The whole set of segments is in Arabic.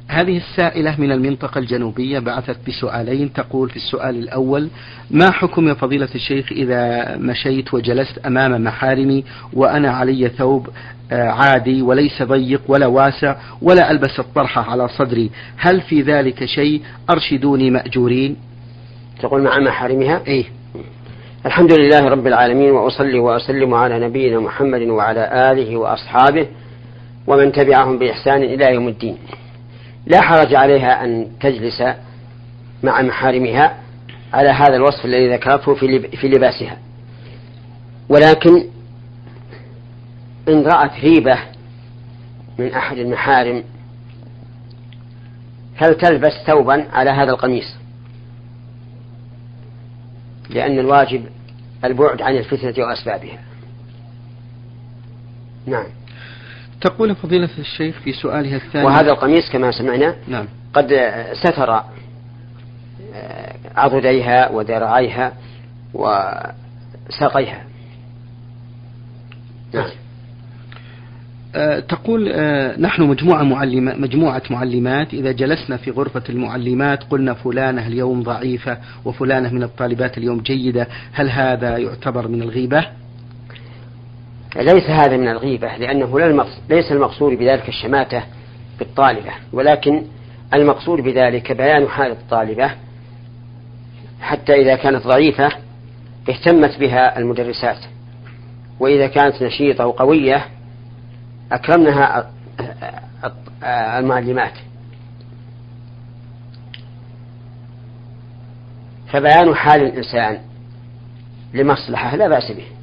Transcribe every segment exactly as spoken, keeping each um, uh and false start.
هذه السائلة من المنطقة الجنوبية بعثت بسؤالين. تقول في السؤال الأول: ما حكم يا فضيلة الشيخ إذا مشيت وجلست أمام محارمي وأنا علي ثوب عادي وليس ضيق ولا واسع ولا ألبس الطرحة على صدري، هل في ذلك شيء؟ أرشدوني مأجورين. تقول مع محارمها؟ إيه. الحمد لله رب العالمين، وأصلي وأسلم على نبينا محمد وعلى آله وأصحابه ومن تبعهم بإحسان إلى يوم الدين. لا حرج عليها أن تجلس مع محارمها على هذا الوصف الذي ذكرته في لباسها، ولكن إن رأت ريبة من أحد المحارم فلتلبس ثوبا على هذا القميص، لأن الواجب البعد عن الفتنة وأسبابها. نعم. تقول فضيلة الشيخ في سؤالها الثاني: وهذا القميص كما سمعنا نعم قد ستر عضديها وذراعيها وساقيها. نعم. أه تقول أه نحن مجموعة, معلمة مجموعة معلمات إذا جلسنا في غرفة المعلمات قلنا فلانة اليوم ضعيفة وفلانة من الطالبات اليوم جيدة، هل هذا يعتبر من الغيبة؟ ليس هذا من الغيبة، لأنه ليس المقصود بذلك الشماتة بالطالبة، ولكن المقصود بذلك بيان حال الطالبة حتى إذا كانت ضعيفة اهتمت بها المدرسات، وإذا كانت نشيطة وقوية أكرمنها المعلمات. فبيان حال الإنسان لمصلحة لا بأس به.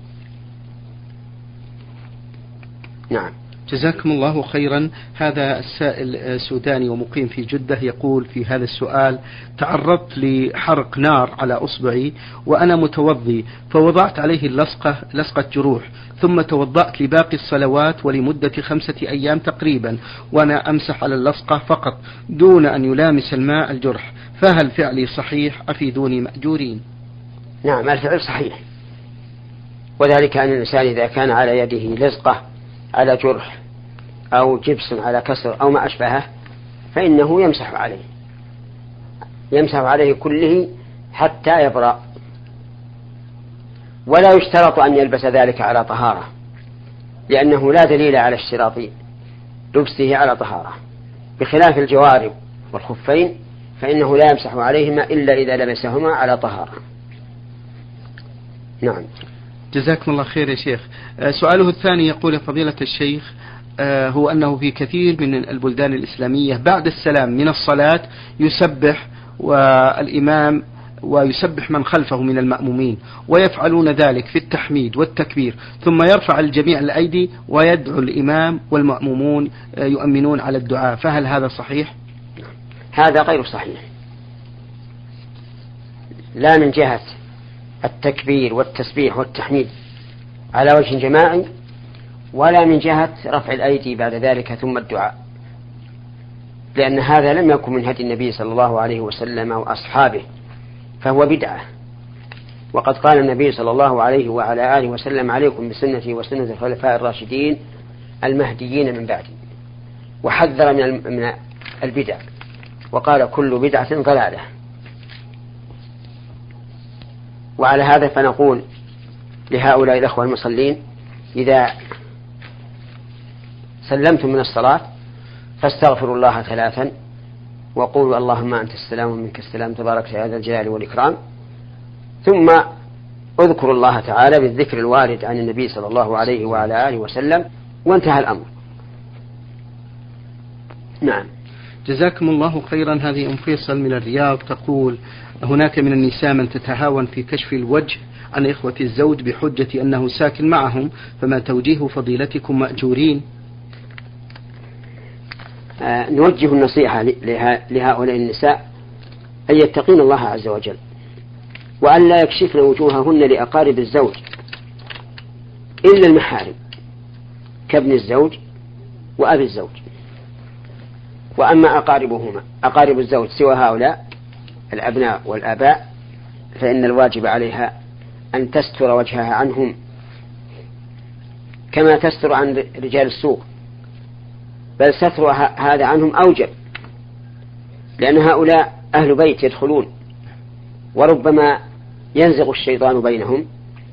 نعم. جزاكم الله خيرا. هذا السائل سوداني ومقيم في جدة يقول في هذا السؤال: تعرضت لحرق نار على أصبعي وأنا متوضي فوضعت عليه اللصقة لصقة جروح، ثم توضأت لباقي الصلوات ولمدة خمسة أيام تقريبا وأنا أمسح على اللصقة فقط دون أن يلامس الماء الجرح، فهل فعلي صحيح؟ أفيدوني مأجورين. نعم، الفعل صحيح، وذلك أن الإنسان إذا كان على يده لزقة على جرح أو جبس على كسر أو ما أشبهه فإنه يمسح عليه يمسح عليه كله حتى يبرأ، ولا يشترط أن يلبس ذلك على طهارة، لأنه لا دليل على اشتراط لبسه على طهارة، بخلاف الجوارب والخفين فإنه لا يمسح عليهما إلا إذا لبسهما على طهارة. نعم. جزاكم الله خير يا شيخ. سؤاله الثاني يقول فضيلة الشيخ: هو أنه في كثير من البلدان الإسلامية بعد السلام من الصلاة يسبح والإمام ويسبح من خلفه من المأمومين، ويفعلون ذلك في التحميد والتكبير، ثم يرفع الجميع الأيدي ويدعو الإمام والمأمومون يؤمنون على الدعاء، فهل هذا صحيح؟ هذا غير صحيح، لا من جهة التكبير والتسبيح والتحميد على وجه جماعي، ولا من جهة رفع الأيدي بعد ذلك ثم الدعاء، لأن هذا لم يكن من هدي النبي صلى الله عليه وسلم وأصحابه، فهو بدعة. وقد قال النبي صلى الله عليه وعلى آله وسلم: عليكم بسنتي وسنة الخلفاء الراشدين المهديين من بعدي، وحذر من البدع وقال: كل بدعة ضلالة. وعلى هذا فنقول لهؤلاء الأخوة المصلين: إذا سلمتم من الصلاة فاستغفروا الله ثلاثا وقولوا: اللهم أنت السلام ومنك السلام تبارك يا ذا الجلال والإكرام، ثم اذكروا الله تعالى بالذكر الوارد عن النبي صلى الله عليه وعلى آله وسلم، وانتهى الأمر. نعم. جزاكم الله خيرا. هذه أم فيصل من الرياض تقول: هناك من النساء من تتهاون في كشف الوجه عن إخوة الزوج بحجة أنه ساكن معهم، فما توجيه فضيلتكم مأجورين؟ آه نوجه النصيحة لهؤلاء النساء أن يتقين الله عز وجل، وأن لا يكشفن وجوههن لأقارب الزوج إلا المحارم كابن الزوج وأبي الزوج. وأما أقاربهما أقارب الزوج سوى هؤلاء الأبناء والآباء فإن الواجب عليها أن تستر وجهها عنهم كما تستر عن رجال السوق، بل ستر هذا عنهم أوجب، لأن هؤلاء أهل بيت يدخلون، وربما ينزغ الشيطان بينهم،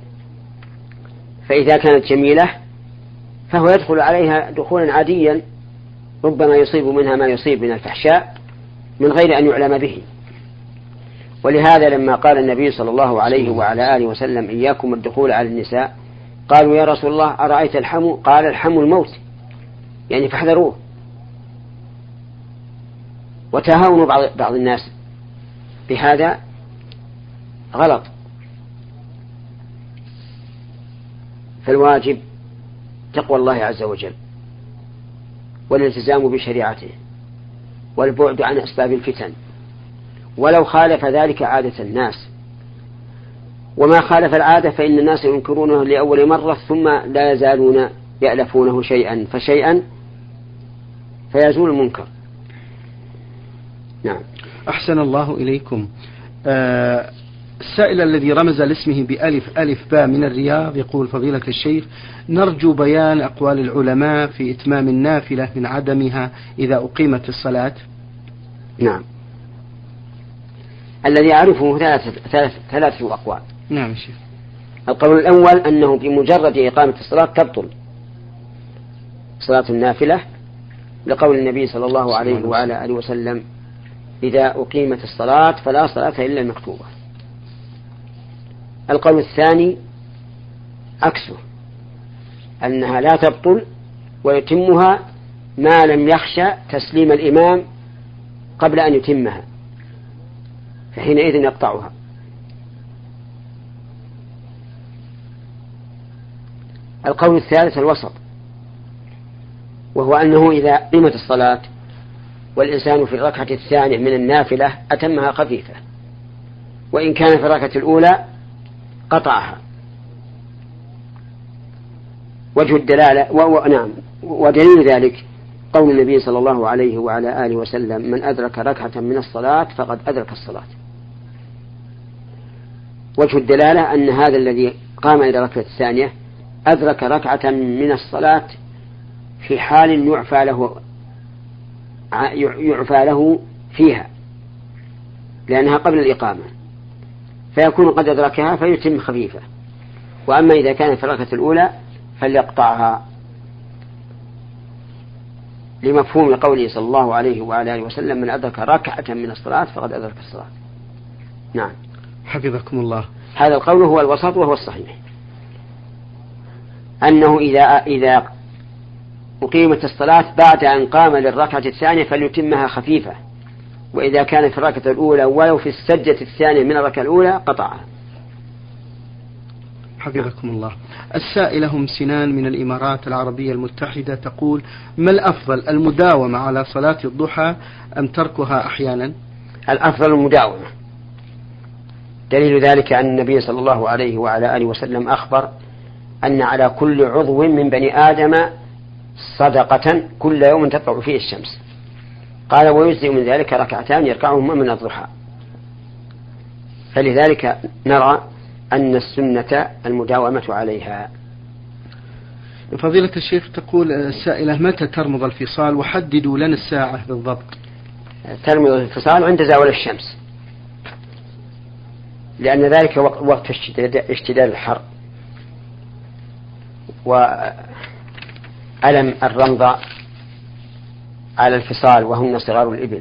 فإذا كانت جميلة فهو يدخل عليها دخولا عاديا، ربما يصيب منها ما يصيب من الفحشاء من غير أن يعلم به. ولهذا لما قال النبي صلى الله عليه وعلى آله وسلم إياكم الدخول على النساء، قالوا يا رسول الله أرأيت الحمو؟ قال الحمو الموت، يعني فاحذروه. وتهاون بعض, بعض الناس بهذا غلط، فالواجب تقوى الله عز وجل والالتزام بشريعته والبعد عن أسباب الفتن، ولو خالف ذلك عادة الناس. وما خالف العادة فإن الناس ينكرونه لأول مرة ثم لا يزالون يألفونه شيئا فشيئا فيزول المنكر. نعم. أحسن الله إليكم. آه السائل الذي رمز لاسمه بألف ألف باء من الرياض يقول فضيلة الشيخ نرجو بيان أقوال العلماء في إتمام النافلة من عدمها إذا أقيمت الصلاة. نعم. الذي أعرفه ثلاثة ثلاث ثلاثة أقوال. نعم شيخ. القول الأول أنه بمجرد إقامة الصلاة تبطل صلاة النافلة، لقول النبي صلى الله عليه وعلى آله وسلم إذا أقيمت الصلاة فلا صلاة إلا المكتوبة. القول الثاني عكسه، أنها لا تبطل ويتمها ما لم يخشى تسليم الإمام قبل أن يتمها، فحينئذ يقطعها. القول الثالث الوسط، وهو أنه إذا قيمت الصلاة والإنسان في الركعة الثانية من النافلة أتمها خفيفة، وإن كان في الركعة الأولى قطعها. وجه الدلالة و... نعم ودليل ذلك قول النبي صلى الله عليه وعلى آله وسلم من أدرك ركعة من الصلاة فقد أدرك الصلاة. وجه الدلالة أن هذا الذي قام إلى الركعة الثانية أدرك ركعة من الصلاة في حال يعفى له يعفى له فيها لأنها قبل الإقامة، فيكون قد أدركها فيتم خفيفة. وأما إذا كان في الركعة الأولى فليقطعها، لمفهوم قوله صلى الله عليه وعلى آله وسلم من أدرك ركعة من الصلاة فقد أدرك الصلاة. نعم. حفظكم الله. هذا القول هو الوسط وهو الصحيح، أنه إذا إذا أقيمت الصلاة بعد أن قام للركعة الثانية فليتمها خفيفة، وإذا كان في الركعة الأولى ولو في السجدة الثانية من الركعة الأولى قطعها. حفظكم الله. السائلة هم سنان من الإمارات العربية المتحدة تقول ما الأفضل المداومة على صلاة الضحى أم تركها أحيانا؟ الأفضل المداومة. دليل ذلك أن النبي صلى الله عليه وعلى آله وسلم أخبر أن على كل عضو من بني آدم صدقة كل يوم تطلع فيه الشمس، قال ويجزئ من ذلك ركعتان يركعهما من الضحى. فلذلك نرى أن السنة المداومة عليها. فضيلة الشيخ تقول السائلة متى ترمض الفصال وحددوا لنا الساعة بالضبط؟ ترمض الفصال عند زوال الشمس، لأن ذلك وقت اشتداد الحر وألم الرمض على الفصال وهن صغار الإبل.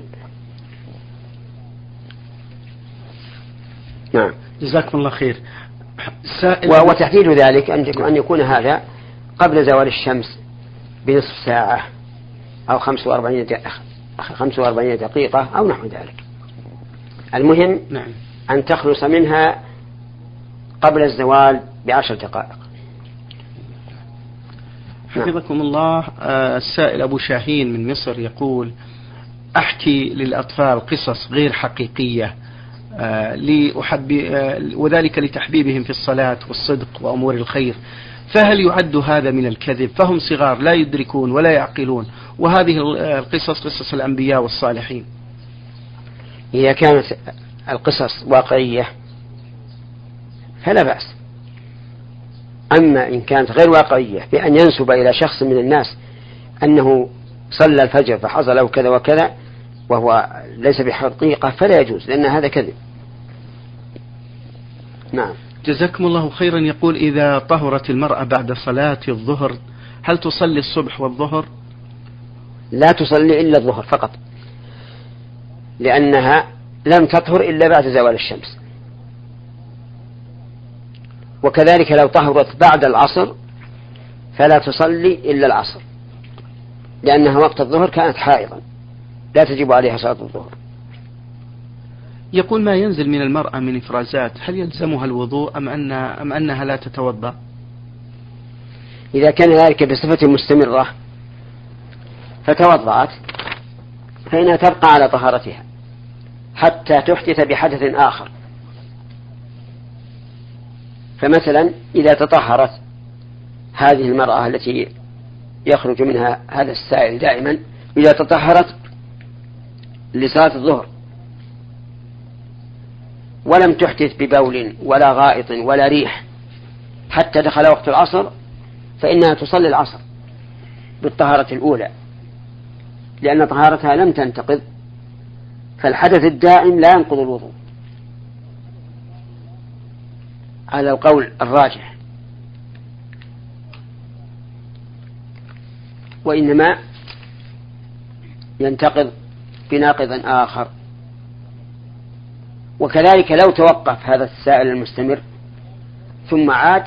نعم. جزاكم الله خير. وتحديد ذلك أن يكون هذا قبل زوال الشمس بنصف ساعة أو خمس وأربعين خمس وأربعين دقيقة أو نحو ذلك. المهم نعم. أن تخلص منها قبل الزوال بعشر دقائق. حفظكم الله. السائل أبو شاهين من مصر يقول أحكي للأطفال قصص غير حقيقية لأحب وذلك لتحبيبهم في الصلاة والصدق وأمور الخير، فهل يعد هذا من الكذب؟ فهم صغار لا يدركون ولا يعقلون، وهذه القصص قصص الأنبياء والصالحين. إذا كانت القصص واقعية فلا بأس، أما إن كانت غير واقعية بأن ينسب إلى شخص من الناس أنه صلى الفجر فحصل له كذا وكذا، وهو ليس بحقيقة فلا يجوز، لأن هذا كذب. نعم. جزاكم الله خيرا. يقول إذا طهرت المرأة بعد صلاة الظهر هل تصلي الصبح والظهر؟ لا تصلي إلا الظهر فقط، لأنها لم تطهر إلا بعد زوال الشمس. وكذلك لو طهرت بعد العصر فلا تصلي إلا العصر، لأنها وقت الظهر كانت حائضا لا تجب عليها صلاة الظهر. يقول ما ينزل من المرأة من إفرازات هل يلزمها الوضوء أم, أن أم أنها لا تتوضأ؟ إذا كان ذلك بصفة مستمرة فتوضأت فإنها تبقى على طهارتها حتى تحدث بحدث آخر. فمثلا إذا تطهرت هذه المرأة التي يخرج منها هذا السائل دائما، إذا تطهرت لصلاة الظهر ولم تحدث ببول ولا غائط ولا ريح حتى دخل وقت العصر، فإنها تصلي العصر بالطهارة الأولى، لأن طهارتها لم تنتقض، فالحدث الدائم لا ينقض الوضوء على القول الراجح، وإنما ينتقض بناقض آخر. وكذلك لو توقف هذا السائل المستمر ثم عاد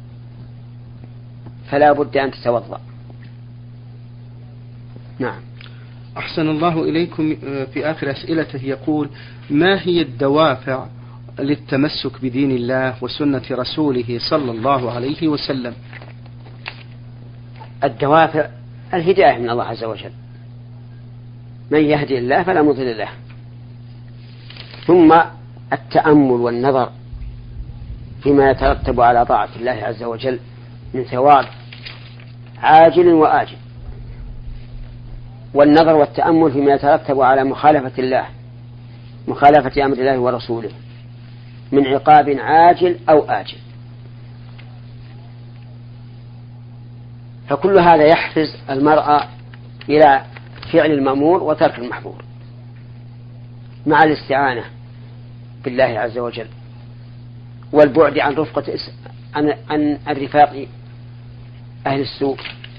فلا بد أن تتوضأ. نعم. أحسن الله إليكم. في آخر أسئلته يقول ما هي الدوافع للتمسك بدين الله وسنة رسوله صلى الله عليه وسلم؟ الدوافع الهداية من الله عز وجل، من يهدي الله فلا مضل له، ثم التأمل والنظر فيما يترتب على طاعة الله عز وجل من ثواب عاجل وآجل، والنظر والتأمل فيما يترتب على مخالفة الله، مخالفة أمر الله ورسوله من عقاب عاجل أو آجل. فكل هذا يحفز المرأة إلى فعل المأمور وترك المحظور مع الاستعانة بالله عز وجل والبعد عن رفقة عن, عن الرفاق أهل السوء.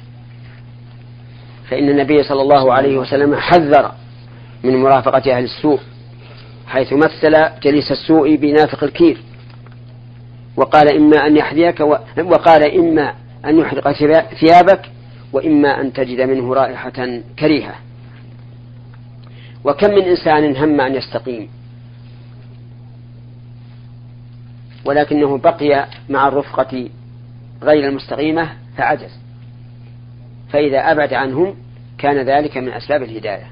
فإن النبي صلى الله عليه وسلم حذر من مرافقة أهل السوء، حيث مثل جليس السوء بنافق الكير، وقال إما أن يحذيك و... وقال إما أن يحرق ثيابك وإما أن تجد منه رائحة كريهة. وكم من إنسان هم أن يستقيم ولكنه بقي مع الرفقة غير المستقيمة فعجز، فإذا أبعد عنهم كان ذلك من أسباب الهداية.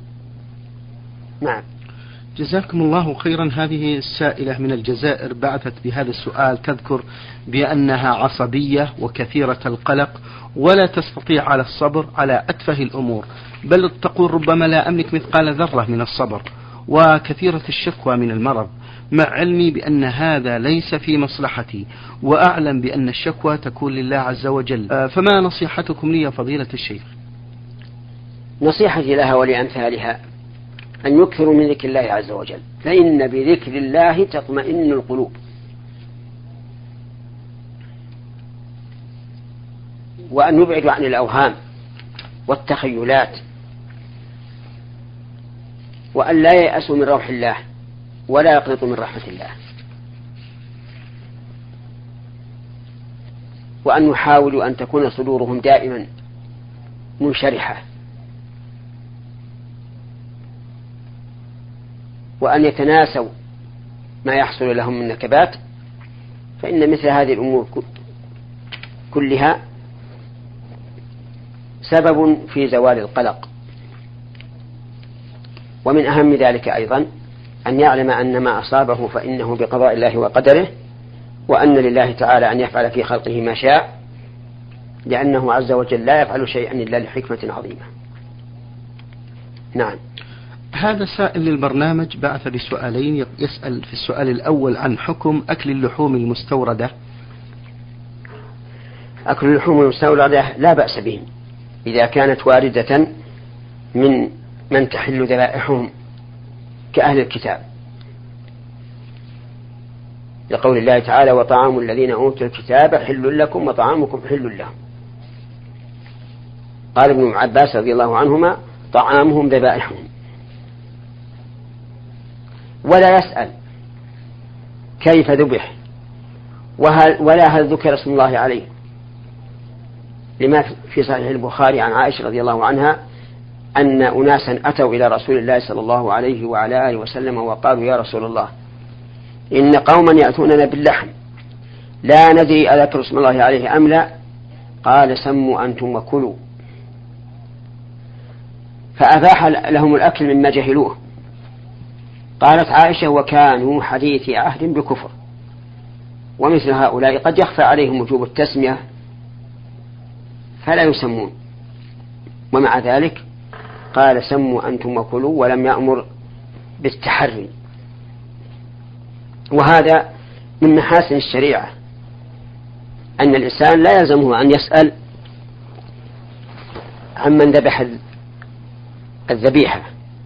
نعم. جزاكم الله خيرا. هذه السائلة من الجزائر بعثت بهذا السؤال، تذكر بأنها عصبية وكثيرة القلق ولا تستطيع على الصبر على أتفه الأمور، بل تقول ربما لا أملك مثقال ذرة من الصبر، وكثيرة الشكوى من المرض، مع علمي بأن هذا ليس في مصلحتي، وأعلم بأن الشكوى تكون لله عز وجل، فما نصيحتكم لي يا فضيلة الشيخ؟ نصيحتي لها ولأمثالها أن يكثروا من ذكر الله عز وجل، فإن بذكر الله تطمئن القلوب، وأن يبعدوا عن الأوهام والتخيلات، وأن لا ييأسوا من روح الله ولا يقنطوا من رحمة الله، وأن يحاولوا أن تكون صدورهم دائما منشرحة، وأن يتناسوا ما يحصل لهم من نكبات، فإن مثل هذه الأمور كلها سبب في زوال القلق. ومن أهم ذلك أيضا أن يعلم أن ما أصابه فإنه بقضاء الله وقدره، وأن لله تعالى أن يفعل في خلقه ما شاء، لأنه عز وجل لا يفعل شيئا إلا لحكمة عظيمة. نعم. هذا سائل للبرنامج بعث بسؤالين، يسأل في السؤال الأول عن حكم أكل اللحوم المستوردة. أكل اللحوم المستوردة لا بأس به إذا كانت واردة من من تحل ذبائحهم كأهل الكتاب، لقول الله تعالى وطعام الذين أوتوا الكتاب حل لكم وطعامكم حل لهم. قال ابن عباس رضي الله عنهما طعامهم ذبائحهم، ولا يسأل كيف ذبح وهل ولا هل ذكر اسم الله عليه، لما في صحيح البخاري عن عائشة رضي الله عنها أن أناسا أتوا إلى رسول الله صلى الله عليه وعلى آله وسلم وقالوا يا رسول الله إن قوما يأتوننا باللحم لا ندري أذكر اسم الله عليه أم لا، قال سموا أنتم وكلوا، فأباح لهم الأكل مما جهلوه. قالت عائشة وكانوا حديث عهد بكفر، ومثل هؤلاء قد يخفى عليهم وجوب التسمية فلا يسمون، ومع ذلك قال سموا أنتم وكلوا ولم يأمر بالتحري. وهذا من محاسن الشريعة أن الإنسان لا يلزمه أن يسأل عمن ذبح الذبيحة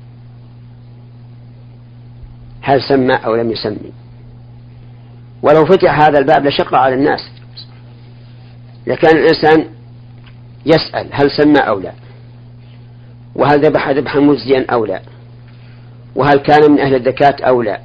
هل سمى أو لم يسمي، ولو فتح هذا الباب لشق على الناس، لكان الإنسان يسأل هل سمى أو لا، وهل ذبح ذبحا مجزيا أو لا، وهل كان من أهل الزكاة أو لا،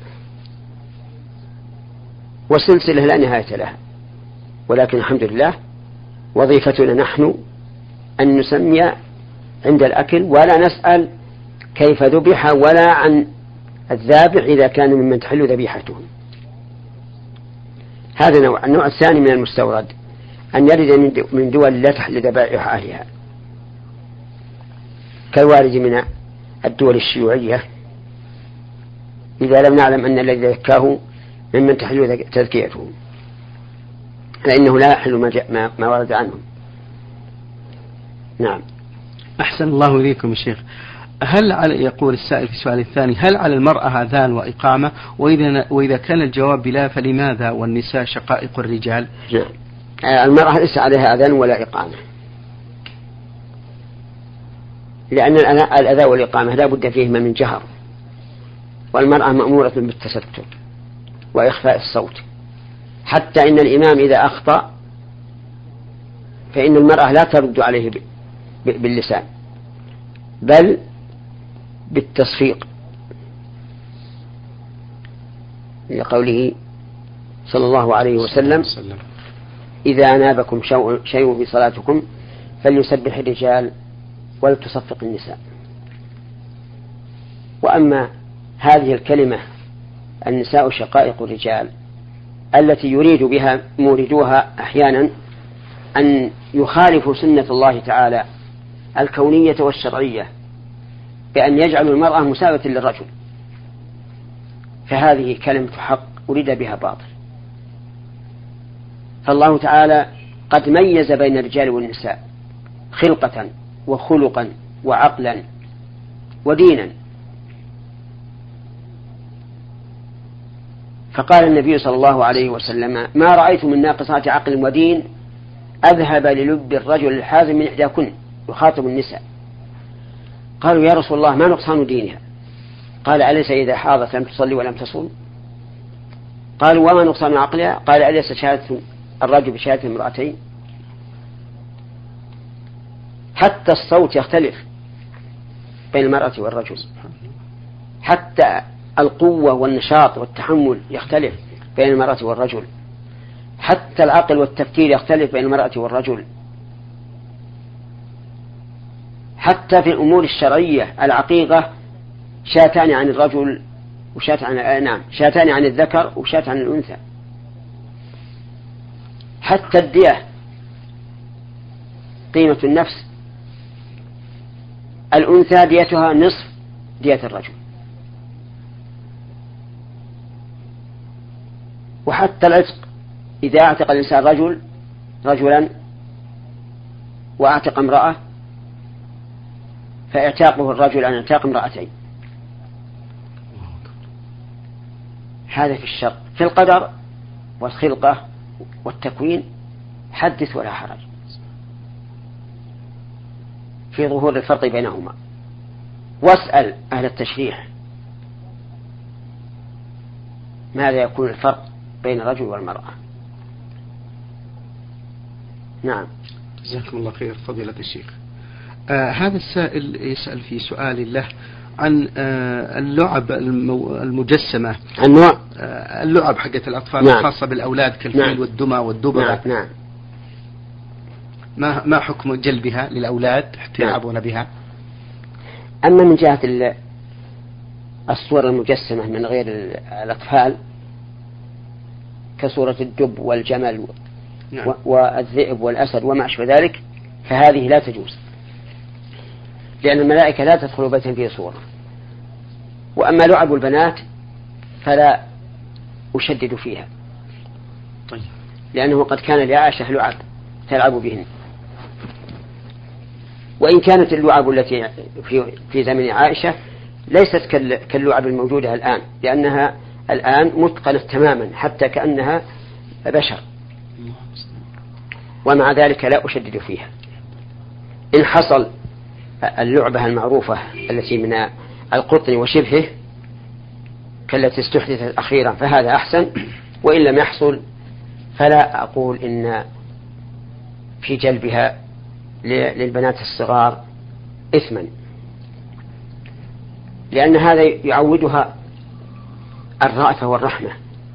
وسلسلة لا نهاية لها. ولكن الحمد لله وظيفتنا نحن أن نسمي عند الأكل ولا نسأل كيف ذبح ولا عن الذابح إذا كان ممن تحل ذبيحته. هذا نوع. النوع الثاني من المستورد أن يرد من دول لا تحل ذبائح أهلها، كالوارد من الدول الشيوعية إذا لم نعلم أن الذي ذكاه ممن تحل تذكيته، فإنه لا يحل ما, ما, ما ورد عنهم. نعم. أحسن الله إليكم الشيخ. هل على يقول السائل في السؤال الثاني هل على المرأة آذان وإقامة، وإذا, وإذا كان الجواب بلا فلماذا والنساء شقائق الرجال؟ نعم. المرأة ليس عليها آذان ولا إقامة، لأن الأذان والإقامة لا بد فيهما من جهر، والمرأة مأمورة بالتستر وإخفاء الصوت، حتى إن الإمام إذا أخطأ فإن المرأة لا ترد عليه باللسان بل بالتصفيق، لقوله صلى الله عليه وسلم إذا نابكم شيء في صلاتكم فليسبح الرجال ولتصفق النساء. وأما هذه الكلمة النساء شقائق الرجال التي يريد بها موردوها أحيانا أن يخالفوا سنة الله تعالى الكونية والشرعية بأن يجعلوا المرأة مساوية للرجل، فهذه كلمة حق أريد بها باطل. فالله تعالى قد ميز بين الرجال والنساء خلقة وخلقا وعقلا ودينا، فقال النبي صلى الله عليه وسلم ما رأيت من ناقصات عقل ودين أذهب للب الرجل الحازم من إحداكن، يخاطب النساء. قالوا يا رسول الله ما نقصان دينها؟ قال أليس إذا حاضت لم تصلي ولم تصوم؟ قالوا وما نقصان عقلها؟ قال أليس شهادة الرجل بشهادة امرأتين؟ حتى الصوت يختلف بين المرأة والرجل، حتى القوة والنشاط والتحمل يختلف بين المرأة والرجل، حتى العقل والتفكير يختلف بين المرأة والرجل، حتى في الأمور الشرعية العقيقة شاتان عن الرجل وشات عن نعم شاتان عن الذكر وشات عن الأنثى، حتى الدية قيمة النفس الأنثى ديتها نصف دية الرجل، وحتى العتق إذا اعتق الإنسان رجل رجلا واعتق امرأة فاعتاقه الرجل عن اعتاق امرأتين. هذا في الشرع. في القدر والخلقة والتكوين حدث ولا حرج، في ظهور الفرق بينهما. واسأل أهل التشريح ماذا يكون الفرق بين الرجل والمرأة. نعم. جزاكم الله خير فضيلة الشيخ. آه هذا السائل يسأل في سؤال له عن آه اللعب المو المجسمة، النوع آه اللعب حقت الأطفال. نعم. الخاصة بالأولاد كالفيل. نعم. والدمى والدببة. نعم. نعم. ما ما حكم جلبها للأولاد حتى يلعبون. نعم. بها؟ أما من جهة الصور المجسمة من غير الأطفال كصورة الدب والجمل. نعم. والذئب والأسد وما أشبه ذلك فهذه لا تجوز، لأن الملائكة لا تدخل بيتا فيه صورة. وأما لعب البنات فلا أشدد فيها. طيب. لأنه قد كان لعائشة لعب تلعب بهن، وإن كانت اللعب التي في, في زمن عائشة ليست كاللعب الموجودة الآن، لأنها الآن متقنة تماما حتى كأنها بشر، ومع ذلك لا أشدد فيها. إن حصل اللعبة المعروفة التي من القطن وشبهه كالتي استحدثت أخيرا فهذا أحسن، وإن لم يحصل فلا أقول إن في جلبها للبنات الصغار إثما، لأن هذا يعودها الرأفة والرحمة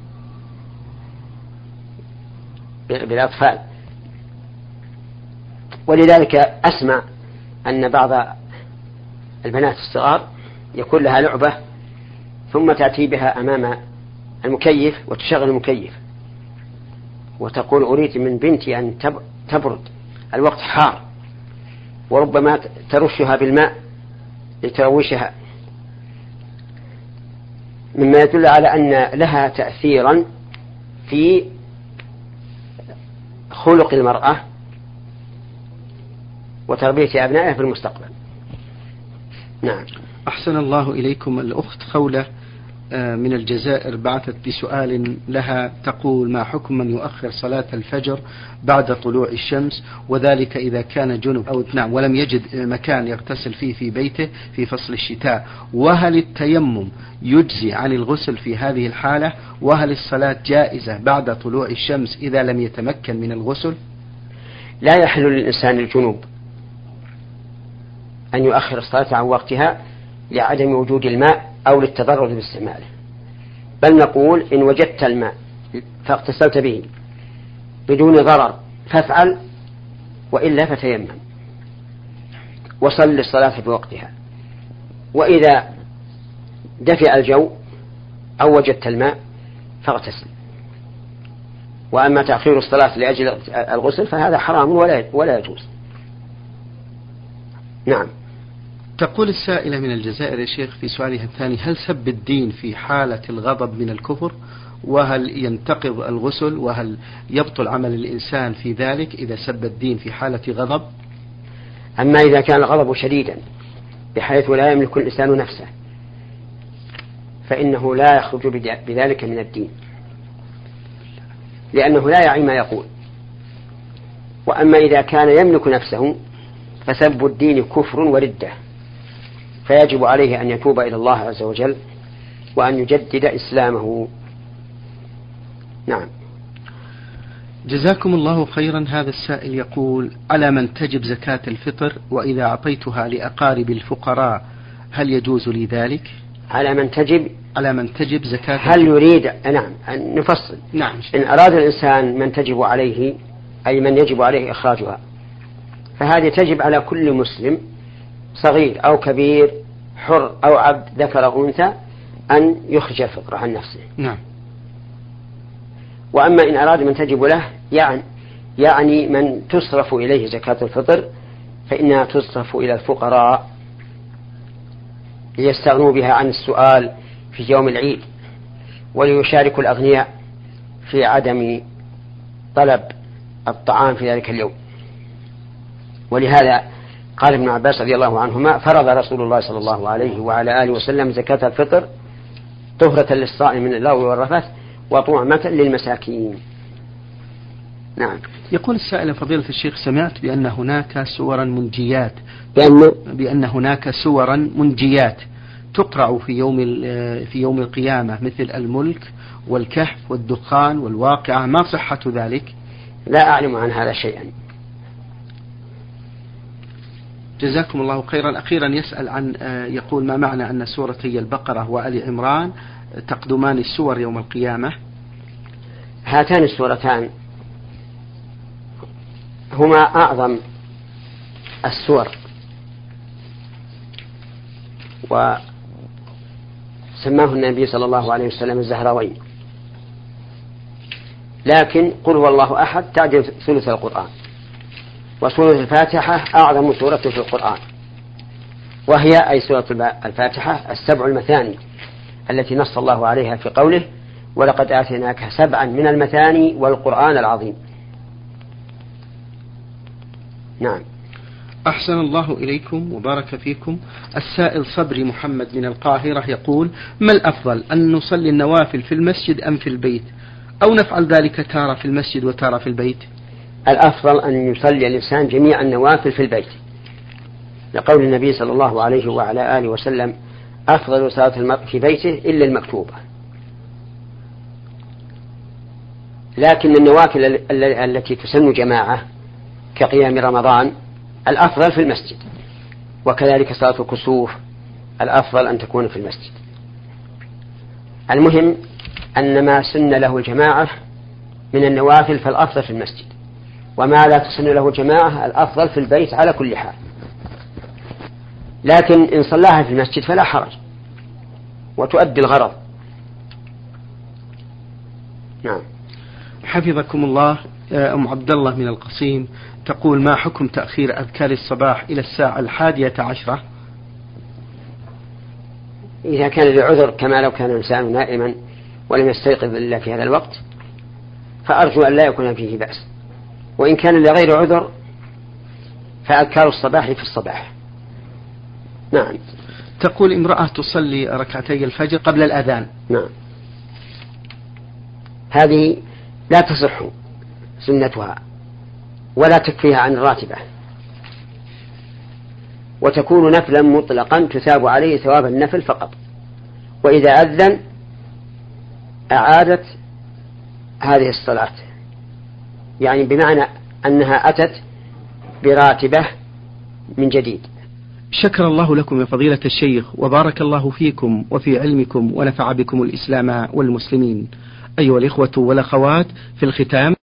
بالأطفال. ولذلك أسمع أن بعض البنات الصغار يكون لها لعبة ثم تأتي بها أمام المكيف وتشغل المكيف وتقول أريد من بنتي أن تبرد، الوقت حار، وربما ترشها بالماء لتروشها، مما يدل على أن لها تأثيرا في خلق المرأة وتربية أبنائها في المستقبل. نعم. أحسن الله إليكم. الأخت خولة من الجزائر بعثت بسؤال لها تقول: ما حكم من يؤخر صلاة الفجر بعد طلوع الشمس، وذلك إذا كان جنب أو نعم ولم يجد مكان يغتسل فيه في بيته في فصل الشتاء، وهل التيمم يجزي عن الغسل في هذه الحالة، وهل الصلاة جائزة بعد طلوع الشمس إذا لم يتمكن من الغسل؟ لا يحل للإنسان الجنوب أن يؤخر الصلاة عن وقتها لعدم وجود الماء أو للتضرر باستعماله، بل نقول إن وجدت الماء فاغتسلت به بدون ضرر فافعل، وإلا فتيمم وصل الصلاة بوقتها. وإذا دفع الجو أو وجدت الماء فاغتسل. وأما تأخير الصلاة لأجل الغسل فهذا حرام ولا ولا يجوز. نعم. تقول السائلة من الجزائر يا شيخ في سؤالها الثاني: هل سب الدين في حالة الغضب من الكفر؟ وهل ينتقض الغسل؟ وهل يبطل عمل الإنسان في ذلك إذا سب الدين في حالة غضب؟ أما إذا كان الغضب شديدا بحيث لا يملك الإنسان نفسه فإنه لا يخرج بذلك من الدين، لأنه لا يعي ما يقول. وأما إذا كان يملك نفسه فسب الدين كفر وردة، فيجب عليه أن يتوب إلى الله عز وجل وأن يجدد إسلامه. نعم. جزاكم الله خيرا. هذا السائل يقول: على من تجب زكاة الفطر، وإذا أعطيتها لأقارب الفقراء هل يجوز لي ذلك؟ على من تجب على من تجب زكاة هل الفطر. يريد نعم أن نفصل. نعم. إن أراد الإنسان من تجب عليه أي من يجب عليه إخراجها، فهذه تجب على كل مسلم صغير أو كبير، حر أو عبد، ذكر أو أنثى، أن يخرج الفطر عن نفسه. نعم. وأما إن أراد من تجب له يعني يعني من تصرف إليه زكاة الفطر فإنها تصرف إلى الفقراء ليستغنوا بها عن السؤال في يوم العيد، وليشاركوا الأغنياء في عدم طلب الطعام في ذلك اليوم. ولهذا قال ابن عباس رضي الله عنهما: فرض رسول الله صلى الله عليه وعلى آله وسلم زكاة الفطر طهرة للصائم من اللغو والرفث وطعمة للمساكين. نعم. يقول السائل فضيلة الشيخ سمعت بأن هناك سورا منجيات بأن, بأن هناك سورا منجيات تقرأ في يوم في يوم القيامة مثل الملك والكهف والدخان والواقعة، ما صحة ذلك؟ لا أعلم عن هذا شيئا. جزاكم الله خيرا. أخيرا يسأل عن يقول ما معنى أن سورتي البقرة وآل عمران تقدمان السور يوم القيامة؟ هاتان السورتان هما أعظم السور، وسماه النبي صلى الله عليه وسلم الزهراوين، لكن قل هو الله أحد تعدل ثلث القرآن، وسورة الفاتحة أعظم سورة في القرآن، وهي أي سورة الفاتحة السبع المثاني التي نص الله عليها في قوله ولقد آتيناك سبعا من المثاني والقرآن العظيم. نعم. أحسن الله إليكم وبارك فيكم. السائل صبري محمد من القاهرة يقول ما الأفضل أن نصلي النوافل في المسجد أم في البيت، أو نفعل ذلك تارة في المسجد وتارة في البيت؟ الأفضل أن يصلي الإنسان جميع النوافل في البيت، لقول النبي صلى الله عليه وعلى آله وسلم أفضل صلاة المرء في بيته إلا المكتوبة. لكن النوافل التي تسن جماعة كقيام رمضان الأفضل في المسجد، وكذلك صلاة الكسوف الأفضل أن تكون في المسجد. المهم أن ما سن له الجماعة من النوافل فالأفضل في المسجد، وما لا تسن له الجماعة الأفضل في البيت على كل حال، لكن إن صلاها في المسجد فلا حرج وتؤدي الغرض. نعم. حفظكم الله. أم عبد الله من القصيم تقول ما حكم تأخير أذكار الصباح إلى الساعة الحادية عشرة؟ إذا كان لعذر كما لو كان الإنسان نائما ولم يستيقظ إلا في هذا الوقت فأرجو أن لا يكون فيه بأس، وإن كان لغير عذر فأذكار الصباح في الصباح. نعم. تقول امرأة تصلي ركعتي الفجر قبل الأذان. نعم. هذه لا تصح سنتها ولا تكفيها عن الراتبة، وتكون نفلا مطلقا تثاب عليه ثواب النفل فقط، وإذا أذن أعادت هذه الصلاة، يعني بمعنى أنها أتت براتبة من جديد. شكر الله لكم يا فضيلة الشيخ وبارك الله فيكم وفي علمكم ونفع بكم الإسلام والمسلمين. أيها الإخوة والأخوات، في الختام